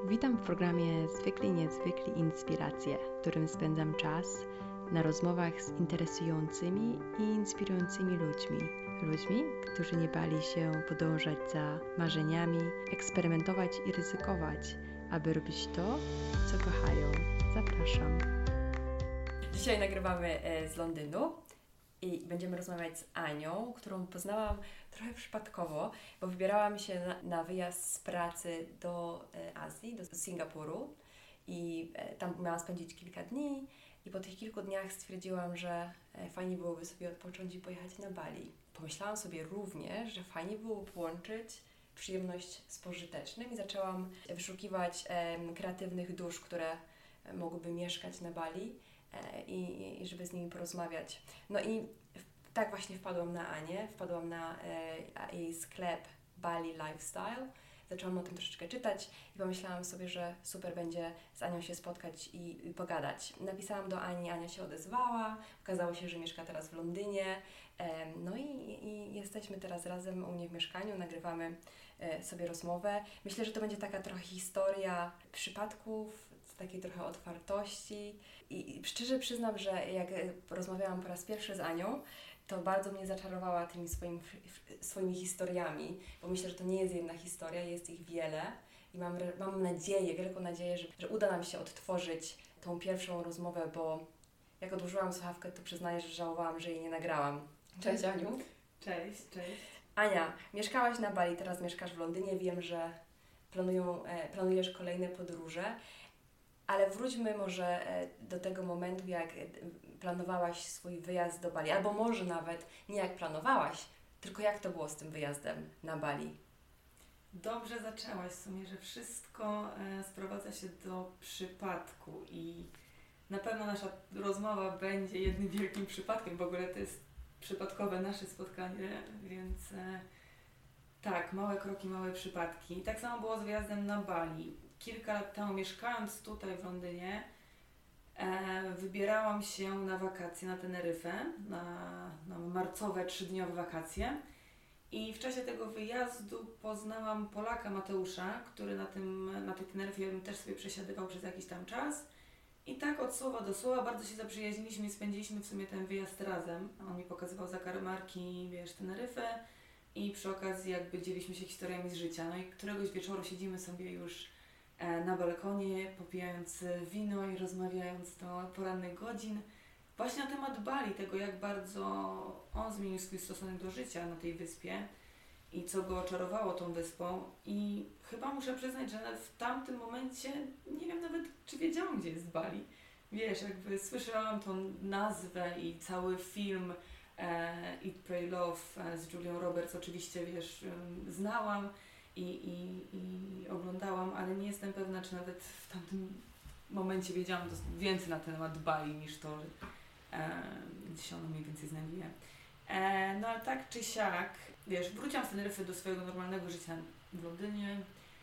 Witam w programie Zwykli Niezwykli Inspiracje, w którym spędzam czas na rozmowach z interesującymi i inspirującymi ludźmi. Ludźmi, którzy nie bali się podążać za marzeniami, eksperymentować i ryzykować, aby robić to, co kochają. Zapraszam. Dzisiaj nagrywamy z Londynu i będziemy rozmawiać z Anią, którą poznałam trochę przypadkowo, bo wybierałam się na wyjazd z pracy do Azji, do Singapuru i tam miałam spędzić kilka dni i po tych kilku dniach stwierdziłam, że fajnie byłoby sobie odpocząć i pojechać na Bali. Pomyślałam sobie również, że fajnie byłoby połączyć przyjemność z pożytecznym i zaczęłam wyszukiwać kreatywnych dusz, które mogłyby mieszkać na Bali i żeby z nimi porozmawiać. No i tak właśnie wpadłam na Anię, wpadłam na jej sklep Bali Lifestyle. Zaczęłam o tym troszeczkę czytać i pomyślałam sobie, że super będzie z Anią się spotkać i pogadać. Napisałam do Ani, Ania się odezwała, okazało się, że mieszka teraz w Londynie. No i jesteśmy teraz razem u mnie w mieszkaniu, nagrywamy sobie rozmowę. Myślę, że to będzie taka trochę historia przypadków, takiej trochę otwartości i szczerze przyznam, że jak rozmawiałam po raz pierwszy z Anią, to bardzo mnie zaczarowała tymi swoimi historiami, bo myślę, że to nie jest jedna historia, jest ich wiele i mam nadzieję, wielką nadzieję, że uda nam się odtworzyć tą pierwszą rozmowę, bo jak odłożyłam słuchawkę, to przyznaję, że żałowałam, że jej nie nagrałam. Cześć Aniu. Cześć. Ania, mieszkałaś na Bali, teraz mieszkasz w Londynie, wiem, że planujesz kolejne podróże, ale wróćmy może do tego momentu, jak planowałaś swój wyjazd do Bali, albo może nawet nie jak planowałaś, tylko jak to było z tym wyjazdem na Bali? Dobrze zaczęłaś w sumie, że wszystko sprowadza się do przypadku i na pewno nasza rozmowa będzie jednym wielkim przypadkiem. W ogóle to jest przypadkowe nasze spotkanie, więc tak, małe kroki, małe przypadki. I tak samo było z wyjazdem na Bali. Kilka lat temu, mieszkając tutaj w Londynie, wybierałam się na wakacje na Teneryfę, na marcowe 3-dniowe wakacje. I w czasie tego wyjazdu poznałam Polaka, Mateusza, który na tej Teneryfie też sobie przesiadywał przez jakiś tam czas. I tak od słowa do słowa bardzo się zaprzyjaźniliśmy i spędziliśmy w sumie ten wyjazd razem. On mi pokazywał zakamarki, Teneryfę i przy okazji jakby dzieliliśmy się historiami z życia. No i któregoś wieczoru siedzimy sobie już na balkonie, popijając wino i rozmawiając do porannych godzin właśnie na temat Bali, tego jak bardzo on zmienił swój stosunek do życia na tej wyspie i co go oczarowało tą wyspą. I chyba muszę przyznać, że w tamtym momencie nie wiem nawet, czy wiedziałam, gdzie jest Bali. Jakby słyszałam tą nazwę i cały film Eat, Pray, Love z Julią Roberts oczywiście, znałam i oglądałam, ale nie jestem pewna, czy nawet w tamtym momencie wiedziałam więcej na temat Bali niż to, gdzie się ono mniej więcej znajduje. No ale tak czy siak, wróciłam z Teneryfy do swojego normalnego życia w Londynie,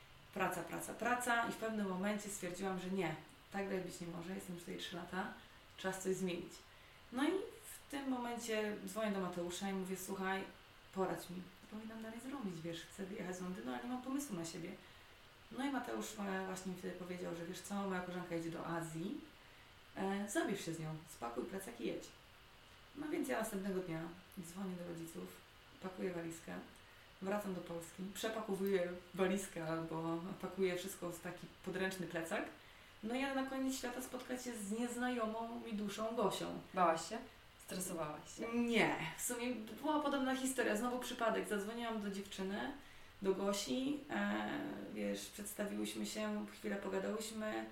praca i w pewnym momencie stwierdziłam, że nie, tak dalej być nie może, jestem już tutaj 3 lata, czas coś zmienić. No i w tym momencie dzwonię do Mateusza i mówię, słuchaj, poradź mi, co powinnam dalej zrobić, chcę wyjechać z Londynu, ale nie mam pomysłu na siebie. No i Mateusz właśnie mi wtedy powiedział, że wiesz co, moja koleżanka jedzie do Azji, zabierz się z nią, spakuj plecak i jedź. No więc ja następnego dnia dzwonię do rodziców, pakuję walizkę, wracam do Polski, przepakowuję walizkę albo pakuję wszystko w taki podręczny plecak. No i ja na koniec świata spotkać się z nieznajomą mi duszą Gosią. Bałaś się? Stresowałaś się? Nie, w sumie była podobna historia, znowu przypadek. Zadzwoniłam do dziewczyny, do Gosi, przedstawiłyśmy się, chwilę pogadałyśmy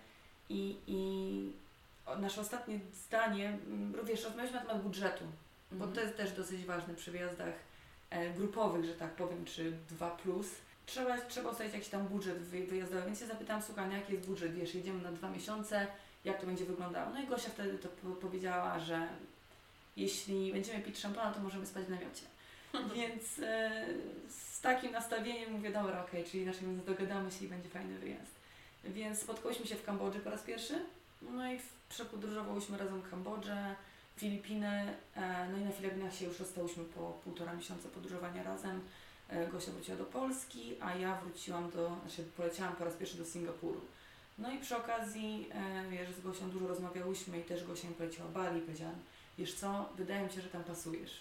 i nasze ostatnie zdanie, rozmawialiśmy na temat budżetu, bo to jest też dosyć ważne przy wyjazdach grupowych, że tak powiem, czy 2+. Trzeba ustalić jakiś tam budżet wyjazdowy, więc ja zapytałam, słuchaj, jaki jest budżet, jedziemy na 2 miesiące, jak to będzie wyglądało? No i Gosia wtedy to powiedziała, że jeśli będziemy pić szampana, to możemy spać w namiocie. Więc z takim nastawieniem mówię, dobra, okej, czyli inaczej dogadamy się i będzie fajny wyjazd. Więc spotkałyśmy się w Kambodży po raz pierwszy, no i przepodróżowałyśmy razem Kambodżę, Filipiny, no i na Filipinach się już rozstałyśmy po 1,5 miesiąca podróżowania razem. Gosia wróciła do Polski, a ja poleciałam po raz pierwszy do Singapuru. No i przy okazji, wiesz, z Gosią dużo rozmawiałyśmy i też Gosia mi poleciła Bali. Powiedziałam, wiesz co, wydaje mi się, że tam pasujesz.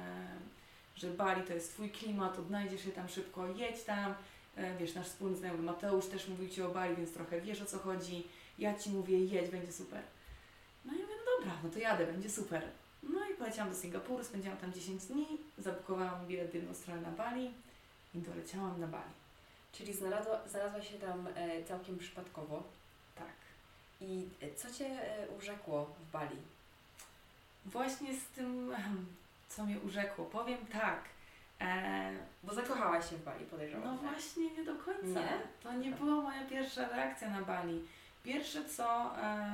Że Bali to jest twój klimat, odnajdziesz się tam szybko, jedź tam. Wiesz, nasz wspólny znajomy Mateusz też mówił ci o Bali, więc trochę wiesz, o co chodzi. Ja ci mówię, jedź, będzie super. No i mówię, no dobra, no to jadę, będzie super. No i poleciałam do Singapuru, spędziłam tam 10 dni, zabukowałam bilet w jedną stronę na Bali i doleciałam na Bali. Czyli znalazłaś się tam całkiem przypadkowo. Tak. I co Cię urzekło w Bali? Właśnie z tym, co mnie urzekło, powiem tak. Bo zakochałaś się w Bali, podejrzewam. No właśnie nie do końca. Nie? To nie była moja pierwsza reakcja na Bali. Pierwsze co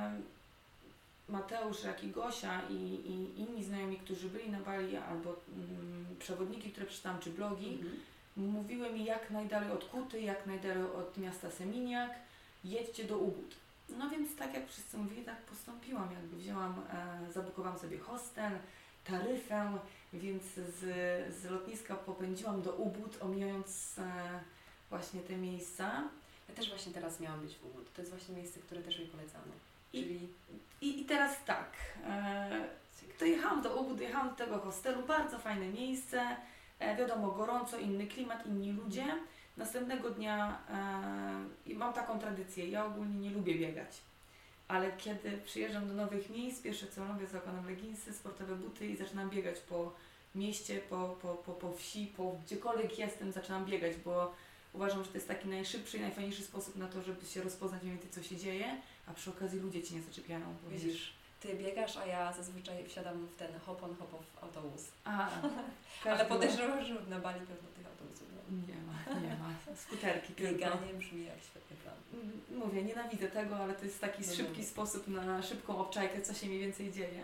Mateusz, jak i Gosia i inni znajomi, którzy byli na Bali, albo przewodniki, które przeczytałam, czy blogi, mówiły mi jak najdalej od Kuty, jak najdalej od miasta Seminyak, jedźcie do Ubud. No więc tak jak wszyscy mówili, tak postąpiłam, jakby zabukowałam sobie hostel, taryfę, więc z lotniska popędziłam do Ubud, omijając właśnie te miejsca. Ja też właśnie teraz miałam być w Ubud. To jest właśnie miejsce, które też mi polecano. I teraz tak, dojechałam do Ubud, dojechałam do tego hostelu, bardzo fajne miejsce, wiadomo, gorąco, inny klimat, inni ludzie. Następnego dnia mam taką tradycję, ja ogólnie nie lubię biegać, ale kiedy przyjeżdżam do nowych miejsc, pierwsze co robię, zakładam leginsy, sportowe buty i zaczynam biegać po mieście, po wsi, gdziekolwiek jestem, zaczynam biegać, bo uważam, że to jest taki najszybszy i najfajniejszy sposób na to, żeby się rozpoznać mniej więcej, co się dzieje, a przy okazji ludzie Cię nie zaczepiają. Widzisz, Ty biegasz, a ja zazwyczaj wsiadam w ten hop-on, hop-off autobus. Ale podejrzewam, że na Bali pewno tych autobusów nie ma. Skuterki tylko. Bieganie brzmi jak świetny plan. Mówię, nienawidzę tego, ale to jest taki szybki sposób na szybką obczajkę, co się mniej więcej dzieje.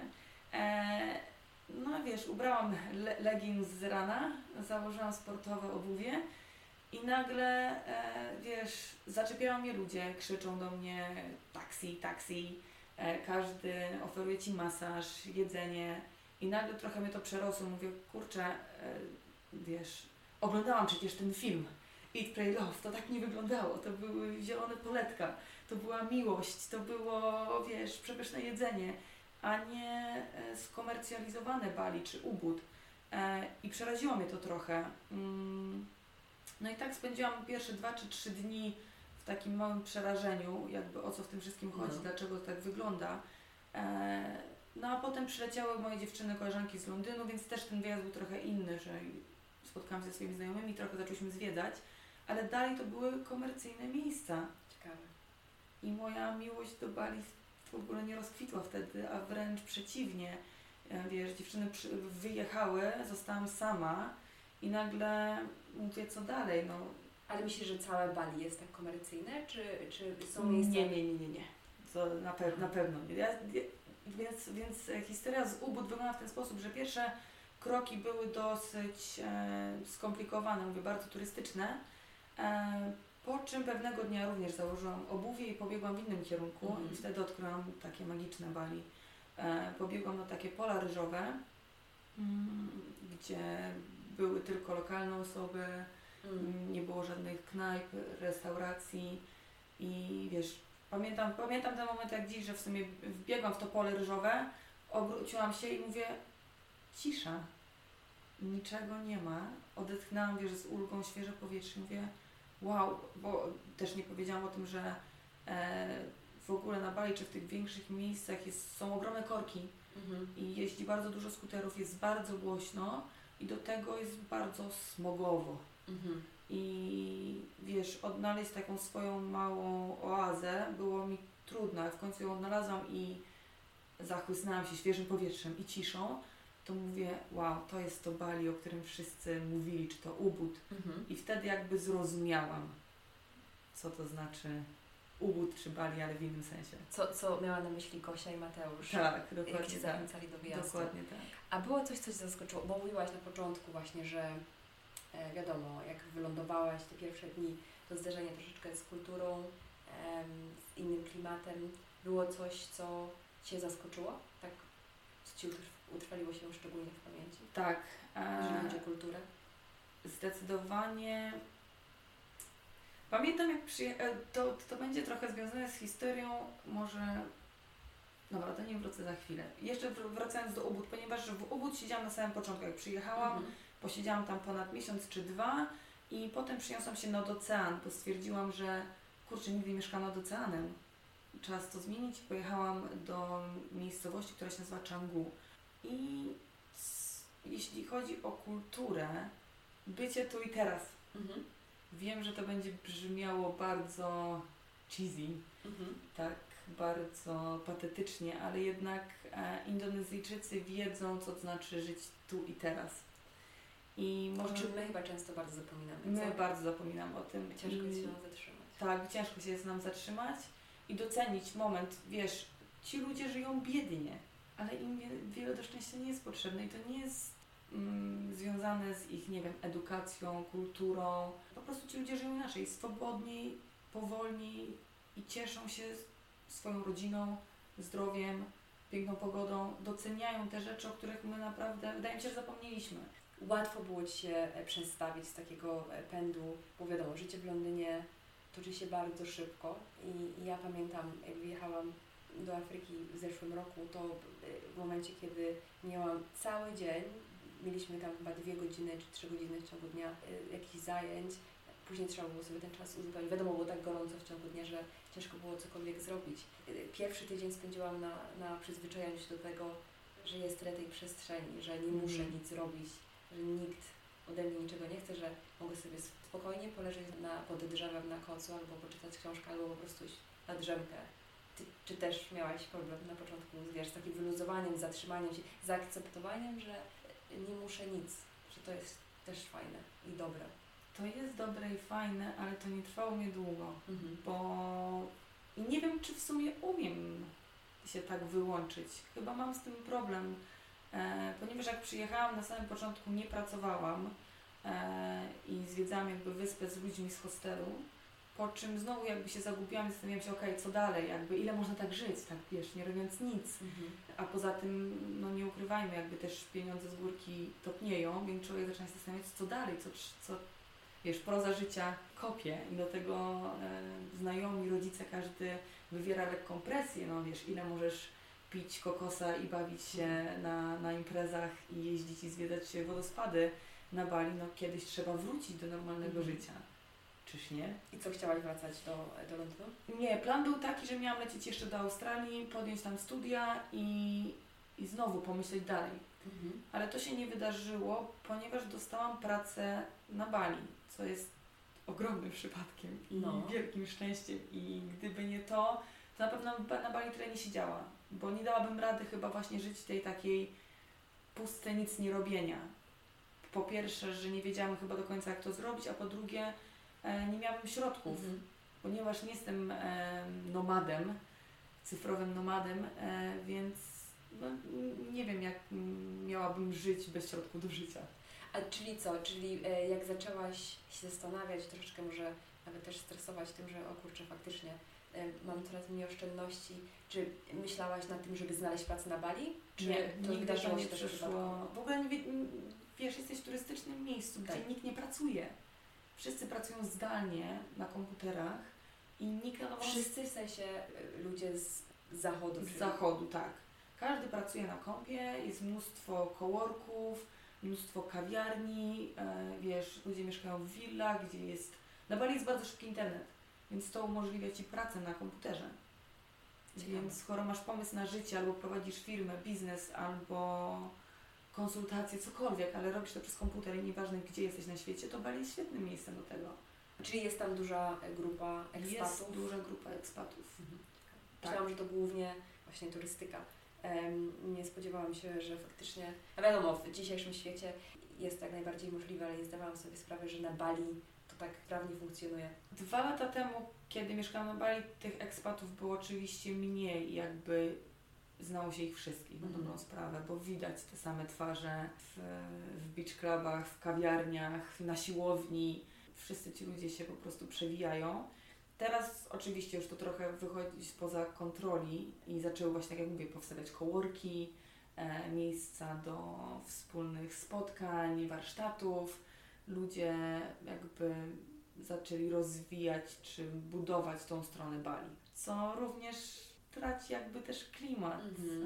No wiesz, ubrałam leggings z rana, założyłam sportowe obuwie i nagle, wiesz, zaczepiają mnie ludzie, krzyczą do mnie taksi, każdy oferuje Ci masaż, jedzenie i nagle trochę mnie to przerosło, mówię, kurczę, wiesz, oglądałam przecież ten film Eat, Pray, Love, to tak nie wyglądało, to były zielone poletka, to była miłość, to było, wiesz, przepyszne jedzenie, a nie skomercjalizowane Bali czy Ubud. I przeraziło mnie to trochę. No i tak spędziłam pierwsze 2 czy 3 dni w takim małym przerażeniu, jakby o co w tym wszystkim chodzi, dlaczego to tak wygląda. No a potem przyleciały moje dziewczyny, koleżanki z Londynu, więc też ten wyjazd był trochę inny, że spotkałam się ze swoimi znajomymi, trochę zaczęliśmy zwiedzać, ale dalej to były komercyjne miejsca. Ciekawe. I moja miłość do Bali w ogóle nie rozkwitła wtedy, a wręcz przeciwnie. Wiesz, dziewczyny wyjechały, zostałam sama i nagle mówię, co dalej, no. Ale myślisz, że całe Bali jest tak komercyjne, czy są miejsca? Nie. To na pewno nie. Więc historia z Ubud wygląda w ten sposób, że pierwsze kroki były dosyć skomplikowane, mówię, bardzo turystyczne. Po czym pewnego dnia również założyłam obuwie i pobiegłam w innym kierunku i wtedy odkryłam takie magiczne Bali. Pobiegłam na takie pola ryżowe, gdzie były tylko lokalne osoby, nie było żadnych knajp, restauracji i wiesz, pamiętam ten moment jak dziś, że w sumie wbiegłam w to pole ryżowe, obróciłam się i mówię, cisza, niczego nie ma, odetchnęłam, wiesz, z ulgą, świeże powietrze, mówię, wow, bo też nie powiedziałam o tym, że w ogóle na Bali czy w tych większych miejscach są ogromne korki i jeździ bardzo dużo skuterów, jest bardzo głośno i do tego jest bardzo smogowo. I wiesz, odnaleźć taką swoją małą oazę było mi trudno, ale w końcu ją odnalazłam i zachłysnęłam się świeżym powietrzem i ciszą, to mówię, wow, to jest to Bali, o którym wszyscy mówili, czy to Ubud. I wtedy jakby zrozumiałam, co to znaczy Ubud czy Bali, ale w innym sensie. Co miała na myśli Gosia i Mateusz? Tak, dokładnie jak Cię zachęcali do wyjazdu. Dokładnie tak. A było coś zaskoczyło, bo mówiłaś na początku właśnie, że wiadomo, jak wylądowałaś te pierwsze dni, to zderzenie troszeczkę z kulturą, z innym klimatem. Było coś, co Cię zaskoczyło? Tak, co Ci utrwaliło się szczególnie w pamięci? Tak. Jeżeli chodzi o kulturę? Zdecydowanie. Pamiętam jak to będzie trochę związane z historią, może... Dobra, to nie wrócę za chwilę. Jeszcze wracając do Ubud, ponieważ w Ubud siedziałam na samym początku, jak przyjechałam, posiedziałam tam ponad miesiąc czy 2 i potem przyniosłam się nad ocean, bo stwierdziłam, że kurczę, nigdy nie mieszkałam nad oceanem. Czas to zmienić. Pojechałam do miejscowości, która się nazywa Canggu. I jeśli chodzi o kulturę, bycie tu i teraz. Wiem, że to będzie brzmiało bardzo cheesy, tak bardzo patetycznie, ale jednak Indonezyjczycy wiedzą, co to znaczy żyć tu i teraz. I o czym my chyba często bardzo zapominamy. My bardzo zapominamy o tym. Ciężko jest się nam zatrzymać. Tak, ciężko się jest nam zatrzymać i docenić moment. Wiesz, ci ludzie żyją biednie, ale im wiele do szczęścia nie jest potrzebne i to nie jest związane z ich, nie wiem, edukacją, kulturą. Po prostu ci ludzie żyją inaczej, swobodniej, powolniej i cieszą się swoją rodziną, zdrowiem, piękną pogodą, doceniają te rzeczy, o których my naprawdę, wydaje mi się, że zapomnieliśmy. Łatwo było Ci się przestawić z takiego pędu, bo wiadomo, życie w Londynie toczy się bardzo szybko i ja pamiętam, jak wyjechałam do Afryki w zeszłym roku, to w momencie, kiedy miałam cały dzień, mieliśmy tam chyba 2 godziny czy 3 godziny w ciągu dnia jakichś zajęć, później trzeba było sobie ten czas uzupełnić. Wiadomo, było tak gorąco w ciągu dnia, że ciężko było cokolwiek zrobić. Pierwszy tydzień spędziłam na przyzwyczajaniu się do tego, że jest tyle tej przestrzeni, że nie muszę nic robić, że nikt ode mnie niczego nie chce, że mogę sobie spokojnie poleżeć pod drzewem na kocu albo poczytać książkę, albo po prostu iść na drzemkę. Czy też miałaś problem na początku, wiesz, z takim wyluzowaniem, zatrzymaniem się, zaakceptowaniem, że nie muszę nic, że to jest też fajne i dobre. To jest dobre i fajne, ale to nie trwało mnie długo, bo i nie wiem, czy w sumie umiem się tak wyłączyć. Chyba mam z tym problem, ponieważ jak przyjechałam na samym początku nie pracowałam i zwiedzałam jakby wyspę z ludźmi z hostelu, po czym znowu jakby się zagubiłam i zastanawiałam się, okej, co dalej, jakby ile można tak żyć, tak wiesz, nie robiąc nic. A poza tym, no nie ukrywajmy, jakby też pieniądze z górki topnieją, więc człowiek zaczyna się zastanawiać, co dalej, co wiesz, proza życia kopie i do tego znajomi, rodzice, każdy wywiera lekką presję, no wiesz, ile możesz pić kokosa i bawić się na imprezach i jeździć i zwiedzać wodospady na Bali, no kiedyś trzeba wrócić do normalnego życia. Czyż nie? I co, chciałaś wracać do Londynu? Nie, plan był taki, że miałam lecieć jeszcze do Australii, podjąć tam studia i znowu pomyśleć dalej. Ale to się nie wydarzyło, ponieważ dostałam pracę na Bali, co jest ogromnym przypadkiem i wielkim szczęściem i gdyby nie to na pewno na Bali tyle nie siedziała, bo nie dałabym rady chyba właśnie żyć tej takiej pustce nic nie robienia. Po pierwsze, że nie wiedziałam chyba do końca jak to zrobić, a po drugie nie miałabym środków, ponieważ nie jestem nomadem, cyfrowym nomadem, więc no, nie wiem jak miałabym żyć bez środków do życia. A czyli co? Czyli jak zaczęłaś się zastanawiać, troszeczkę może nawet też stresować tym, że o kurczę, faktycznie mam coraz mniej oszczędności, czy myślałaś nad tym, żeby znaleźć pracę na Bali? Czy nie, to nigdy wydarzyło to nie się też przyszło. W ogóle nie wiesz, jesteś w turystycznym miejscu, tak, gdzie nikt nie pracuje. Wszyscy pracują zdalnie na komputerach i nikt na Wszyscy, w sensie ludzie z zachodu. Z zachodu, tak. Każdy pracuje na kompie, jest mnóstwo coworków, mnóstwo kawiarni, wiesz, ludzie mieszkają w willach, gdzie jest... Na Bali jest bardzo szybki internet, więc to umożliwia Ci pracę na komputerze. Ciekawe. Więc skoro masz pomysł na życie, albo prowadzisz firmę, biznes, albo konsultacje, cokolwiek, ale robisz to przez komputer i nieważne gdzie jesteś na świecie, to Bali jest świetnym miejscem do tego. Czyli jest tam duża grupa ekspatów? Jest duża grupa ekspatów. Tak. Myślałam, że to głównie właśnie turystyka. Nie spodziewałam się, że faktycznie, a wiadomo, w dzisiejszym świecie jest to jak najbardziej możliwe, ale nie zdawałam sobie sprawy, że na Bali to tak prawnie funkcjonuje. 2 lata temu, kiedy mieszkałam na Bali, tych ekspatów było oczywiście mniej, jakby znało się ich wszystkich na dobrą sprawę, bo widać te same twarze w beach clubach, w kawiarniach, na siłowni. Wszyscy ci ludzie się po prostu przewijają. Teraz oczywiście już to trochę wychodzi spoza kontroli i zaczęły właśnie, tak jak mówię, powstawać coworki, miejsca do wspólnych spotkań, warsztatów. ludzie jakby zaczęli rozwijać czy budować tą stronę Bali, co również traci jakby też klimat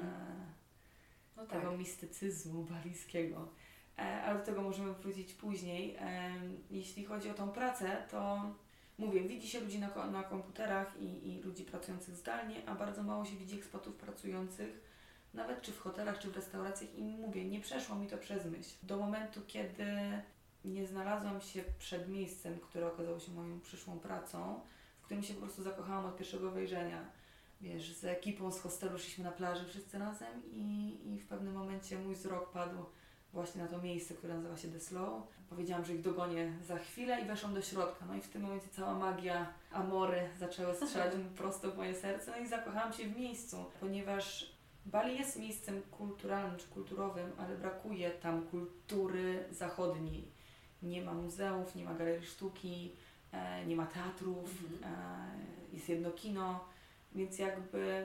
tego mistycyzmu balijskiego. Ale do tego możemy wrócić później. Jeśli chodzi o tą pracę, to mówię, widzi się ludzi na komputerach i ludzi pracujących zdalnie, a bardzo mało się widzi ekspatów pracujących, nawet czy w hotelach, czy w restauracjach i mówię, nie przeszło mi to przez myśl. Do momentu, kiedy nie znalazłam się przed miejscem, które okazało się moją przyszłą pracą, w którym się po prostu zakochałam od pierwszego wejrzenia. Wiesz, z ekipą z hostelu szliśmy na plaży wszyscy razem i w pewnym momencie mój wzrok padł właśnie na to miejsce, które nazywa się The Slow. Powiedziałam, że ich dogonię za chwilę i weszłam do środka. No i w tym momencie cała magia Amory zaczęła strzelać mi prosto w moje serce. No i zakochałam się w miejscu, ponieważ Bali jest miejscem kulturalnym czy kulturowym, ale brakuje tam kultury zachodniej. Nie ma muzeów, nie ma galerii sztuki, nie ma teatrów, jest jedno kino, więc jakby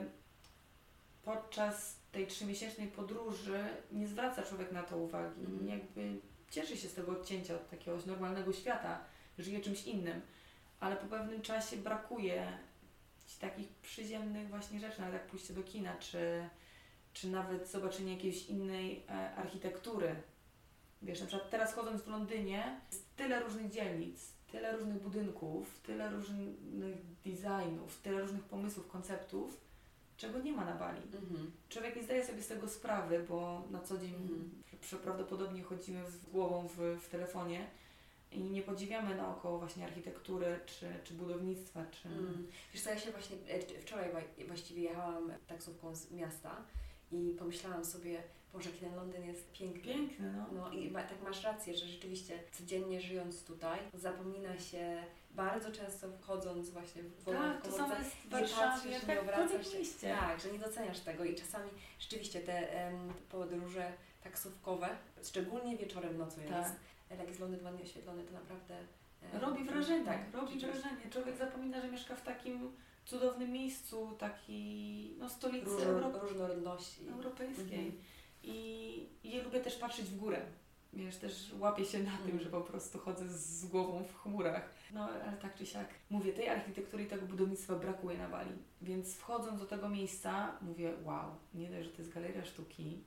podczas tej 3-miesięcznej podróży nie zwraca człowiek na to uwagi. Jakby cieszy się z tego odcięcia od jakiegoś normalnego świata, żyje czymś innym, ale po pewnym czasie brakuje takich przyziemnych właśnie rzeczy, nawet jak pójście do kina, czy nawet zobaczenie jakiejś innej architektury. Wiesz, na przykład teraz chodząc w Londynie jest tyle różnych dzielnic, tyle różnych budynków, tyle różnych designów, tyle różnych pomysłów, konceptów, czego nie ma na Bali. Człowiek nie zdaje sobie z tego sprawy, bo na co dzień prawdopodobnie chodzimy z głową w telefonie i nie podziwiamy naokoło właśnie architektury, czy budownictwa, czy... Wiesz co, ja się właśnie wczoraj właściwie jechałam taksówką z miasta i pomyślałam sobie, Boże, jaki ten Londyn jest piękny. Piękny, no. No i tak masz rację, że rzeczywiście codziennie żyjąc tutaj, zapomina się bardzo często wchodząc właśnie w Tak, to samo jest w Warszawie, nie obracasz się. mieście. Tak, że nie doceniasz tego i czasami rzeczywiście te podróże taksówkowe, szczególnie wieczorem, nocą jest, jak jest Londyn ładnie oświetlony, to naprawdę... robi wrażenie, tak, robi wrażenie. Człowiek zapomina, że mieszka w takim cudownym miejscu, takiej stolicy różnorodności europejskiej. I ja lubię też patrzeć w górę. Wiesz, też łapię się na tym, że po prostu chodzę z głową w chmurach. No ale tak czy siak, mówię, tej architektury i tego budownictwa brakuje na Bali. Więc wchodząc do tego miejsca, mówię, wow, nie dość, że to jest galeria sztuki,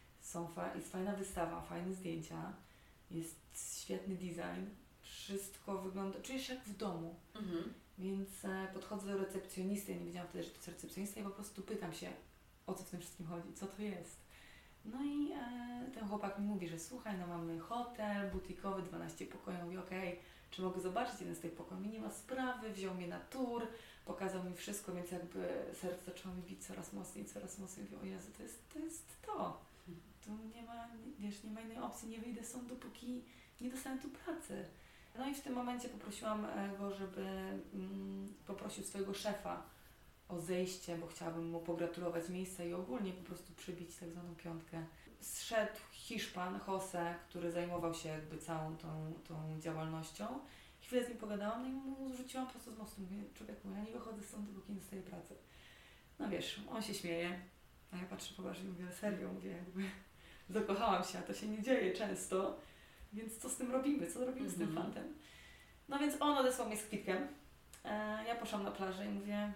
jest fajna wystawa, fajne zdjęcia, jest świetny design, wszystko wygląda, czujesz jak w domu. Więc podchodzę do recepcjonisty, ja nie wiedziałam wtedy, że to jest recepcjonista i po prostu pytam się, o co w tym wszystkim chodzi, co to jest. No i ten chłopak mi mówi, że słuchaj, no mamy hotel butikowy, 12 pokoi. Mówi, okej, czy mogę zobaczyć jeden z tych pokoi? Mi nie ma sprawy, wziął mnie na tour, pokazał mi wszystko, więc jakby serce zaczęło mi bić coraz mocniej. Mówię, o Jezu, to jest to. Tu nie ma, wiesz, nie ma innej opcji, nie wyjdę stąd, dopóki nie dostanę tu pracy. No i w tym momencie poprosiłam go, żeby poprosił swojego szefa o zejście, bo chciałabym mu pogratulować miejsca i ogólnie po prostu przybić tak zwaną piątkę. Zszedł Hiszpan, Jose, który zajmował się jakby całą tą działalnością. Chwilę z nim pogadałam, no i mu rzuciłam prosto z mostu. Mówię, człowieku, ja nie wychodzę stąd, dopóki nie dostaję pracy. No wiesz, on się śmieje, a ja patrzę poważnie i mówię, serio, mówię, jakby zakochałam się, a to się nie dzieje często, więc co z tym robimy? Co robimy z tym fantem? No więc on odesłał mnie z kwitkiem. Ja poszłam na plażę i mówię,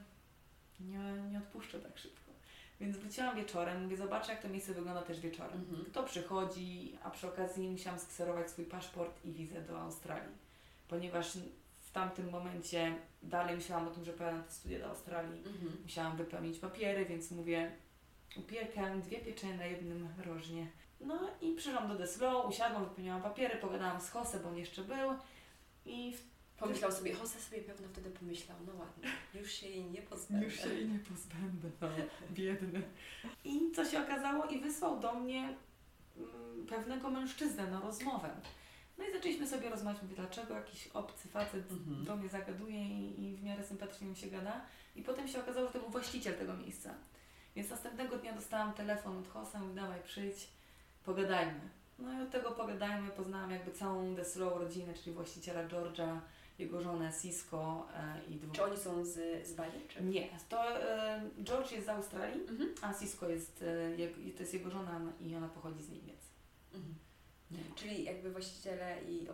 nie odpuszczę tak szybko. Więc wróciłam wieczorem, mówię, zobaczę jak to miejsce wygląda też wieczorem. Kto przychodzi, a przy okazji musiałam skserować swój paszport i wizę do Australii. Ponieważ w tamtym momencie dalej myślałam o tym, że pojadę na te studia do Australii. Musiałam wypełnić papiery, więc mówię, upiekam 2 pieczenie na jednym rożnie. No i przyszłam do The Slow, usiadłam, wypełniłam papiery, pogadałam z Jose, bo on jeszcze był i pomyślał sobie, Jose sobie pewno wtedy pomyślał, no ładnie, już się jej nie pozbędę. No, biedny. I co się okazało? I wysłał do mnie pewnego mężczyznę na rozmowę. No i zaczęliśmy sobie rozmawiać, mówię, dlaczego jakiś obcy facet do mnie zagaduje i w miarę sympatycznie mi się gada. I potem się okazało, że to był właściciel tego miejsca. Więc następnego dnia dostałam telefon od Jose, mówi, dawaj przyjdź, pogadajmy. No i od tego pogadajmy, poznałam jakby całą The Slow rodzinę, czyli właściciela George'a, jego żonę Cisco i dwóch. Czy oni są z Bali? Czy? Nie, to George jest z Australii, a Cisco to jest jego żona i ona pochodzi z Niemiec. Nie. Czyli jakby właściciele i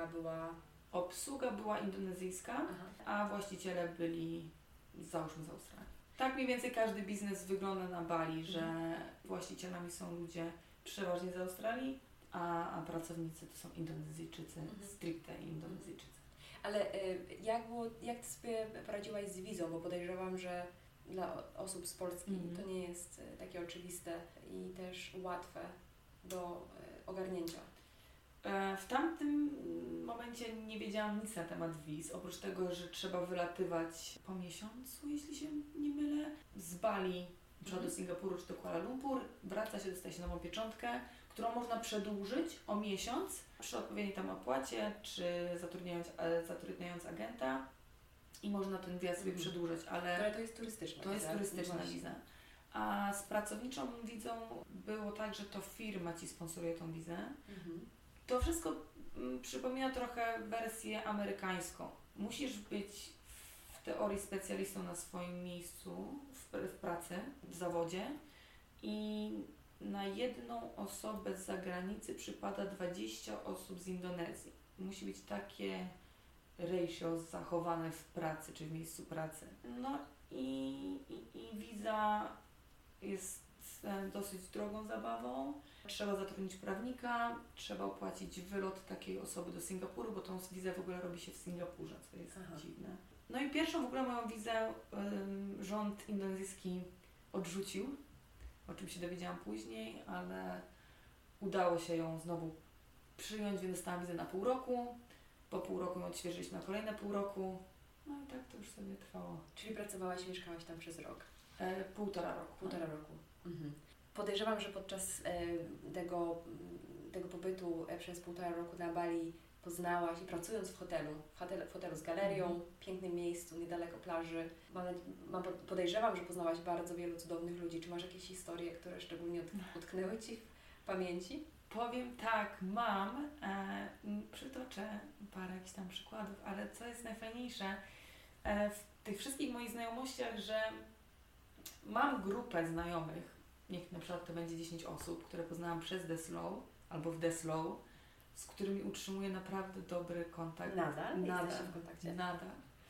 Obsługa była indonezyjska, a właściciele byli, załóżmy, z Australii. Tak mniej więcej każdy biznes wygląda na Bali, że właścicielami są ludzie przeważnie z Australii, a pracownicy to są Indonezyjczycy, stricte Indonezyjczycy. Ale jak Ty sobie poradziłaś z wizą? Bo podejrzewam, że dla osób z Polski to nie jest takie oczywiste i też łatwe do ogarnięcia. W tamtym momencie nie wiedziałam nic na temat wiz, oprócz tego, że trzeba wylatywać po miesiącu, jeśli się nie mylę, z Bali do Singapuru czy do Kuala Lumpur, wraca się, dostaje się nową pieczątkę, którą można przedłużyć o miesiąc przy odpowiedniej tam opłacie, czy zatrudniając agenta i można ten wjazd sobie przedłużać, ale to jest turystyczna to jest turystyczna wiza. A z pracowniczą wizą było tak, że to firma Ci sponsoruje tą wizę. To wszystko przypomina trochę wersję amerykańską. Musisz być w teorii specjalistą na swoim miejscu w pracy, w zawodzie i na jedną osobę z zagranicy przypada 20 osób z Indonezji. Musi być takie ratio zachowane w pracy, czy w miejscu pracy. No i wiza jest dosyć drogą zabawą. Trzeba zatrudnić prawnika, trzeba opłacić wylot takiej osoby do Singapuru, bo tą wizę w ogóle robi się w Singapurze, co jest dziwne. No i pierwszą w ogóle moją wizę rząd indonezyjski odrzucił, o czym się dowiedziałam później, ale udało się ją znowu przyjąć, więc dostałam wizę na pół roku. Po pół roku ją odświeżyliśmy na kolejne pół roku. No i tak to już sobie trwało. Czyli mieszkałaś tam przez rok? Półtora roku. Półtora roku. Podejrzewam, że podczas tego pobytu przez półtora roku na Bali poznałaś i pracując w hotelu z galerią, pięknym miejscu, niedaleko plaży, podejrzewam, że poznałaś bardzo wielu cudownych ludzi. Czy masz jakieś historie, które szczególnie utknęły Ci w pamięci? Powiem tak, mam, przytoczę parę jakichś tam przykładów, ale co jest najfajniejsze w tych wszystkich moich znajomościach, że mam grupę znajomych, niech na przykład to będzie 10 osób, które poznałam przez The Slow albo w The Slow, z którymi utrzymuję naprawdę dobry kontakt. Nadal? Jesteście w kontakcie? Nadal.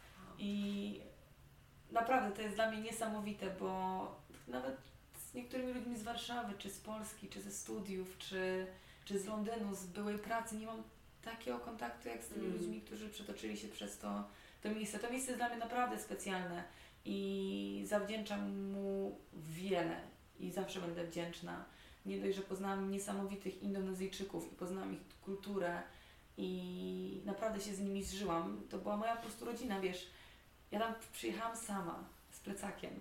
I naprawdę to jest dla mnie niesamowite, bo nawet z niektórymi ludźmi z Warszawy, czy z Polski, czy ze studiów, czy z Londynu, z byłej pracy nie mam takiego kontaktu jak z tymi ludźmi, którzy przetoczyli się przez to miejsce. To miejsce jest dla mnie naprawdę specjalne i zawdzięczam mu wiele i zawsze będę wdzięczna. Nie dość, że poznałam niesamowitych Indonezyjczyków i poznałam ich kulturę i naprawdę się z nimi zżyłam. To była moja po prostu rodzina, wiesz. Ja tam przyjechałam sama z plecakiem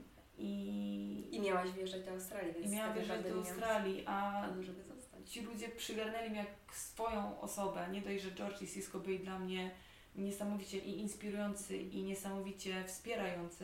i miałaś wjeżdżać do Australii, więc miałam wjeżdżać do Australii, a żeby zostać. Ci ludzie przygarnęli mnie jak swoją osobę. Nie dość, że George i Cisco byli dla mnie niesamowicie i inspirujący i niesamowicie wspierający,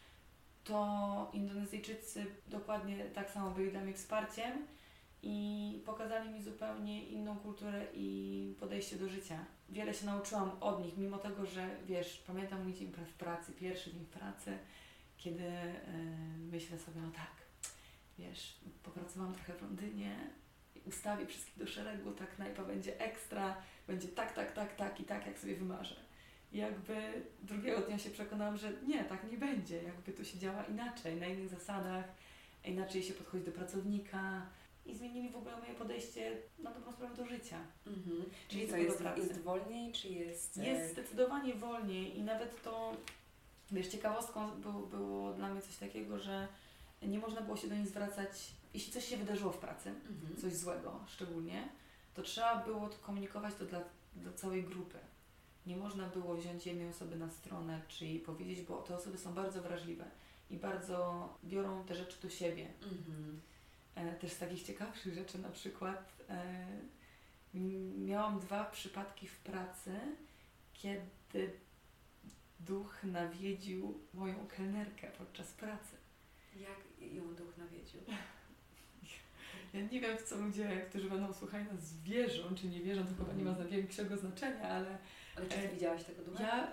to Indonezyjczycy dokładnie tak samo byli dla mnie wsparciem i pokazali mi zupełnie inną kulturę i podejście do życia. Wiele się nauczyłam od nich, mimo tego, że wiesz, pamiętam mój dzień w pracy, pierwszy dzień pracy, kiedy myślę sobie, no tak, wiesz, popracowałam trochę w Londynie, ustawię wszystkich do szeregu, ta knajpa będzie ekstra, będzie tak i tak, jak sobie wymarzę. I jakby drugiego dnia się przekonałam, że nie, tak nie będzie, jakby to się działa inaczej, na innych zasadach, inaczej się podchodzi do pracownika i zmienili w ogóle moje podejście na dobrą sprawę do życia. Czyli co, jest wolniej, czy jest... Jest zdecydowanie wolniej i nawet to, wiesz, ciekawostką było dla mnie coś takiego, że nie można było się do nich zwracać, jeśli coś się wydarzyło w pracy, coś złego szczególnie, to trzeba było to komunikować to dla całej grupy. Nie można było wziąć jednej osoby na stronę, czy jej powiedzieć, bo te osoby są bardzo wrażliwe i bardzo biorą te rzeczy do siebie. Też z takich ciekawszych rzeczy na przykład miałam 2 przypadki w pracy, kiedy duch nawiedził moją kelnerkę podczas pracy. Jak ją duch nawiedził? Ja nie wiem, w co ludzie, którzy będą słuchali nas, wierzą, czy nie wierzą, to chyba nie ma za większego znaczenia, ale... Ale czy ty widziałaś tego ducha? Ja,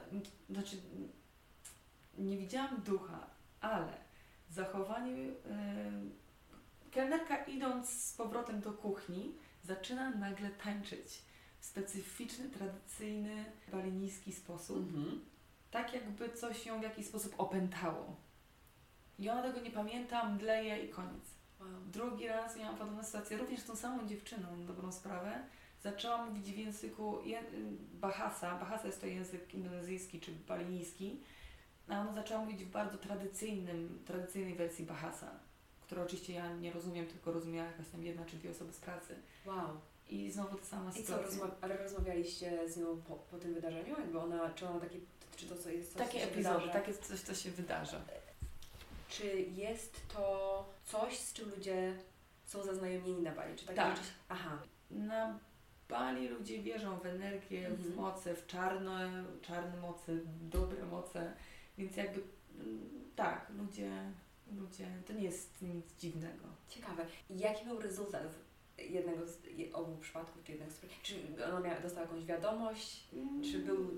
nie widziałam ducha, ale zachowanie... kelnerka idąc z powrotem do kuchni, zaczyna nagle tańczyć w specyficzny, tradycyjny, balinijski sposób. Tak jakby coś ją w jakiś sposób opętało. I ona tego nie pamięta, mdleje i koniec. Wow. Drugi raz miałam podobną sytuację, również z tą samą dziewczyną, na dobrą sprawę. Zaczęłam mówić w języku Bahasa. Bahasa jest to język indonezyjski czy balinijski. A ona zaczęła mówić w bardzo tradycyjnej wersji Bahasa, którą oczywiście ja nie rozumiem, tylko rozumiała jakaś tam 1 czy 2 osoby z pracy. Wow. I znowu ta sama sytuacja. Ale rozmawialiście z nią po tym wydarzeniu? Jakby czy to co jest coś, Takie co się epizody, wydarza? takie coś, co się wydarza. Czy jest to coś, z czym ludzie są zaznajomieni na Bali? Czy takie Tak. rzeczy... Aha. Na Bali ludzie wierzą w energię, w moce, w czarne moce, dobre moce, więc jakby tak, ludzie, to nie jest nic dziwnego. Ciekawe. I jaki był rezultat jednego z obu przypadków, czy jednego z... Czy ona dostała jakąś wiadomość? Czy był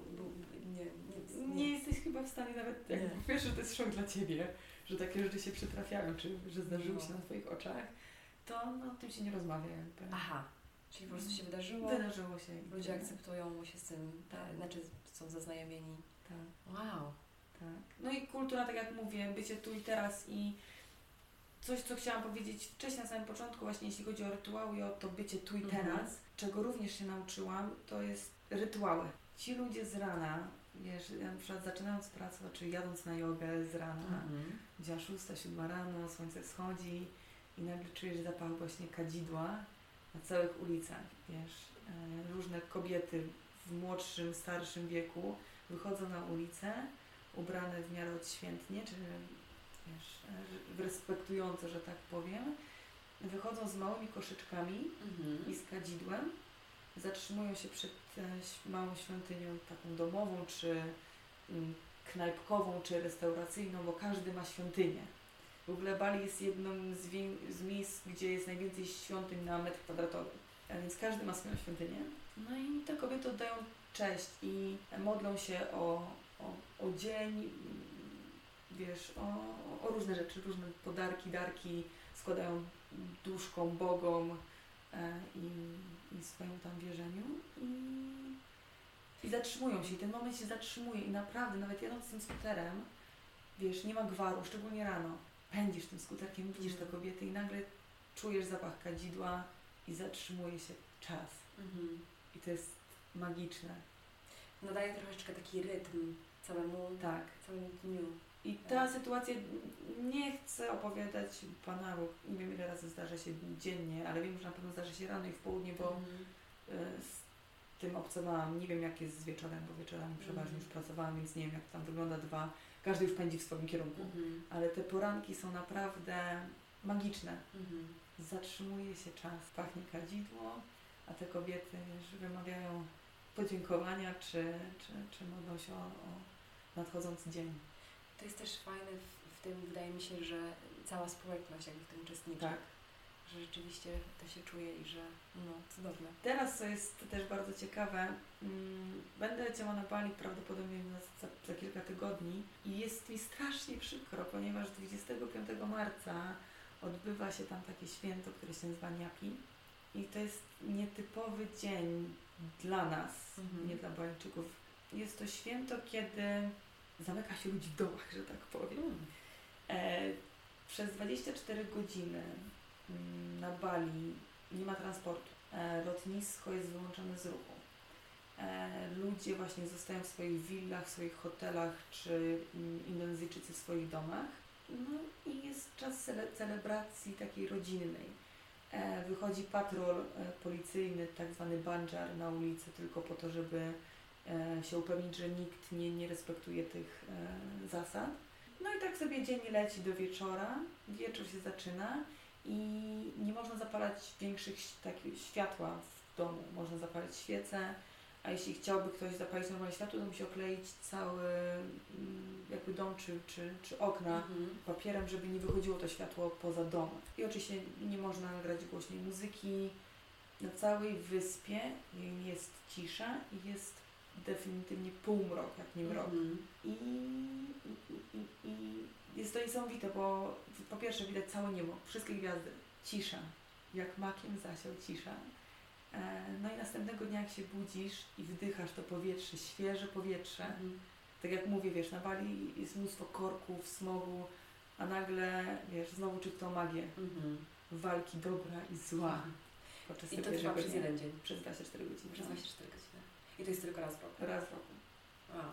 Nie jesteś chyba w stanie nawet, jak wiesz, że to jest szok dla Ciebie, że takie rzeczy się przytrafiają, czy że zdarzyły się na Twoich oczach, to o tym się nie rozmawia jakby. Aha. Czyli po prostu się wydarzyło. Wydarzyło się. Ludzie akceptują się z tym, Tak. znaczy są zaznajomieni. Tak. Wow. Tak. No i kultura, tak jak mówię, bycie tu i teraz i coś, co chciałam powiedzieć wcześniej na samym początku, właśnie jeśli chodzi o rytuały i o to bycie tu i teraz, czego również się nauczyłam, to jest rytuały. Ci ludzie z rana, wiesz, na przykład zaczynając pracę, czy jadąc na jogę z rana, gdzie 6-7 rano, słońce wschodzi i nagle czujesz zapach właśnie kadzidła na całych ulicach, wiesz, różne kobiety w młodszym, starszym wieku wychodzą na ulicę, ubrane w miarę odświętnie, czy wiesz, respektująco, że tak powiem, wychodzą z małymi koszyczkami i z kadzidłem, zatrzymują się przed małą świątynią taką domową, czy knajpkową, czy restauracyjną, bo każdy ma świątynię. W ogóle Bali jest jednym z miejsc, gdzie jest najwięcej świątyń na metr kwadratowy, a więc każdy ma swoją świątynię. No i te kobiety oddają cześć i modlą się o dzień, wiesz, o różne rzeczy, różne podarki, darki, składają duszkom, bogom i swojemu tam wierzeniu i zatrzymują się i ten moment się zatrzymuje i naprawdę, nawet jadąc tym skuterem, wiesz, nie ma gwaru, szczególnie rano, pędzisz tym skuterkiem, widzisz te kobiety i nagle czujesz zapach kadzidła i zatrzymuje się czas. I to jest magiczne. Nadaje troszeczkę taki rytm całemu dniu. I ta sytuacja, nie chcę opowiadać Pana, bo nie wiem ile razy zdarza się dziennie, ale wiem, że na pewno zdarza się rano i w południe, bo z tym obcowałam. Nie wiem jak jest z wieczorem, bo wieczorami przeważnie już pracowałam, więc nie wiem jak tam wygląda każdy już pędzi w swoim kierunku. Ale te poranki są naprawdę magiczne. Zatrzymuje się czas, pachnie kadzidło, a te kobiety wymawiają podziękowania, czy modlą się o nadchodzący dzień. To jest też fajne w tym, wydaje mi się, że cała społeczność jakby w tym uczestniczy. Tak. Że rzeczywiście to się czuje i że cudowne. Teraz, co jest też bardzo ciekawe, będę leciała na Bali prawdopodobnie za kilka tygodni i jest mi strasznie przykro, ponieważ 25 marca odbywa się tam takie święto, które się nazywa Nyapi i to jest nietypowy dzień dla nas, nie dla Balijczyków. Jest to święto, kiedy zamyka się ludzi w domach, że tak powiem. Przez 24 godziny na Bali nie ma transportu. Lotnisko jest wyłączone z ruchu. Ludzie właśnie zostają w swoich willach, w swoich hotelach, czy Indonezyjczycy w swoich domach. No i jest czas celebracji takiej rodzinnej. Wychodzi patrol policyjny, tak zwany banjar na ulicę, tylko po to, żeby się upewnić, że nikt nie respektuje tych zasad. No i tak sobie dzień leci do wieczora, wieczór się zaczyna i nie można zapalać większych światła w domu. Można zapalić świece, a jeśli chciałby ktoś zapalić normalne światło, to musi okleić cały jakby dom czy okna papierem, żeby nie wychodziło to światło poza dom. I oczywiście nie można grać głośnej muzyki. Na całej wyspie jest cisza i jest definitywnie półmrok, jak nie mrok. I jest to niesamowite, bo po pierwsze widać całe niebo, wszystkie gwiazdy, cisza, jak makiem zasiał cisza. No i następnego dnia jak się budzisz i wdychasz to powietrze, świeże powietrze, tak jak mówię, wiesz, na Bali jest mnóstwo korków, smogu, a nagle, wiesz, znowu czuć tą magię walki dobra i zła. I to trwa przez jeden dzień. Przez 24 godziny. Przez 24 godziny. I to jest tylko raz w roku. Raz w roku. Wow.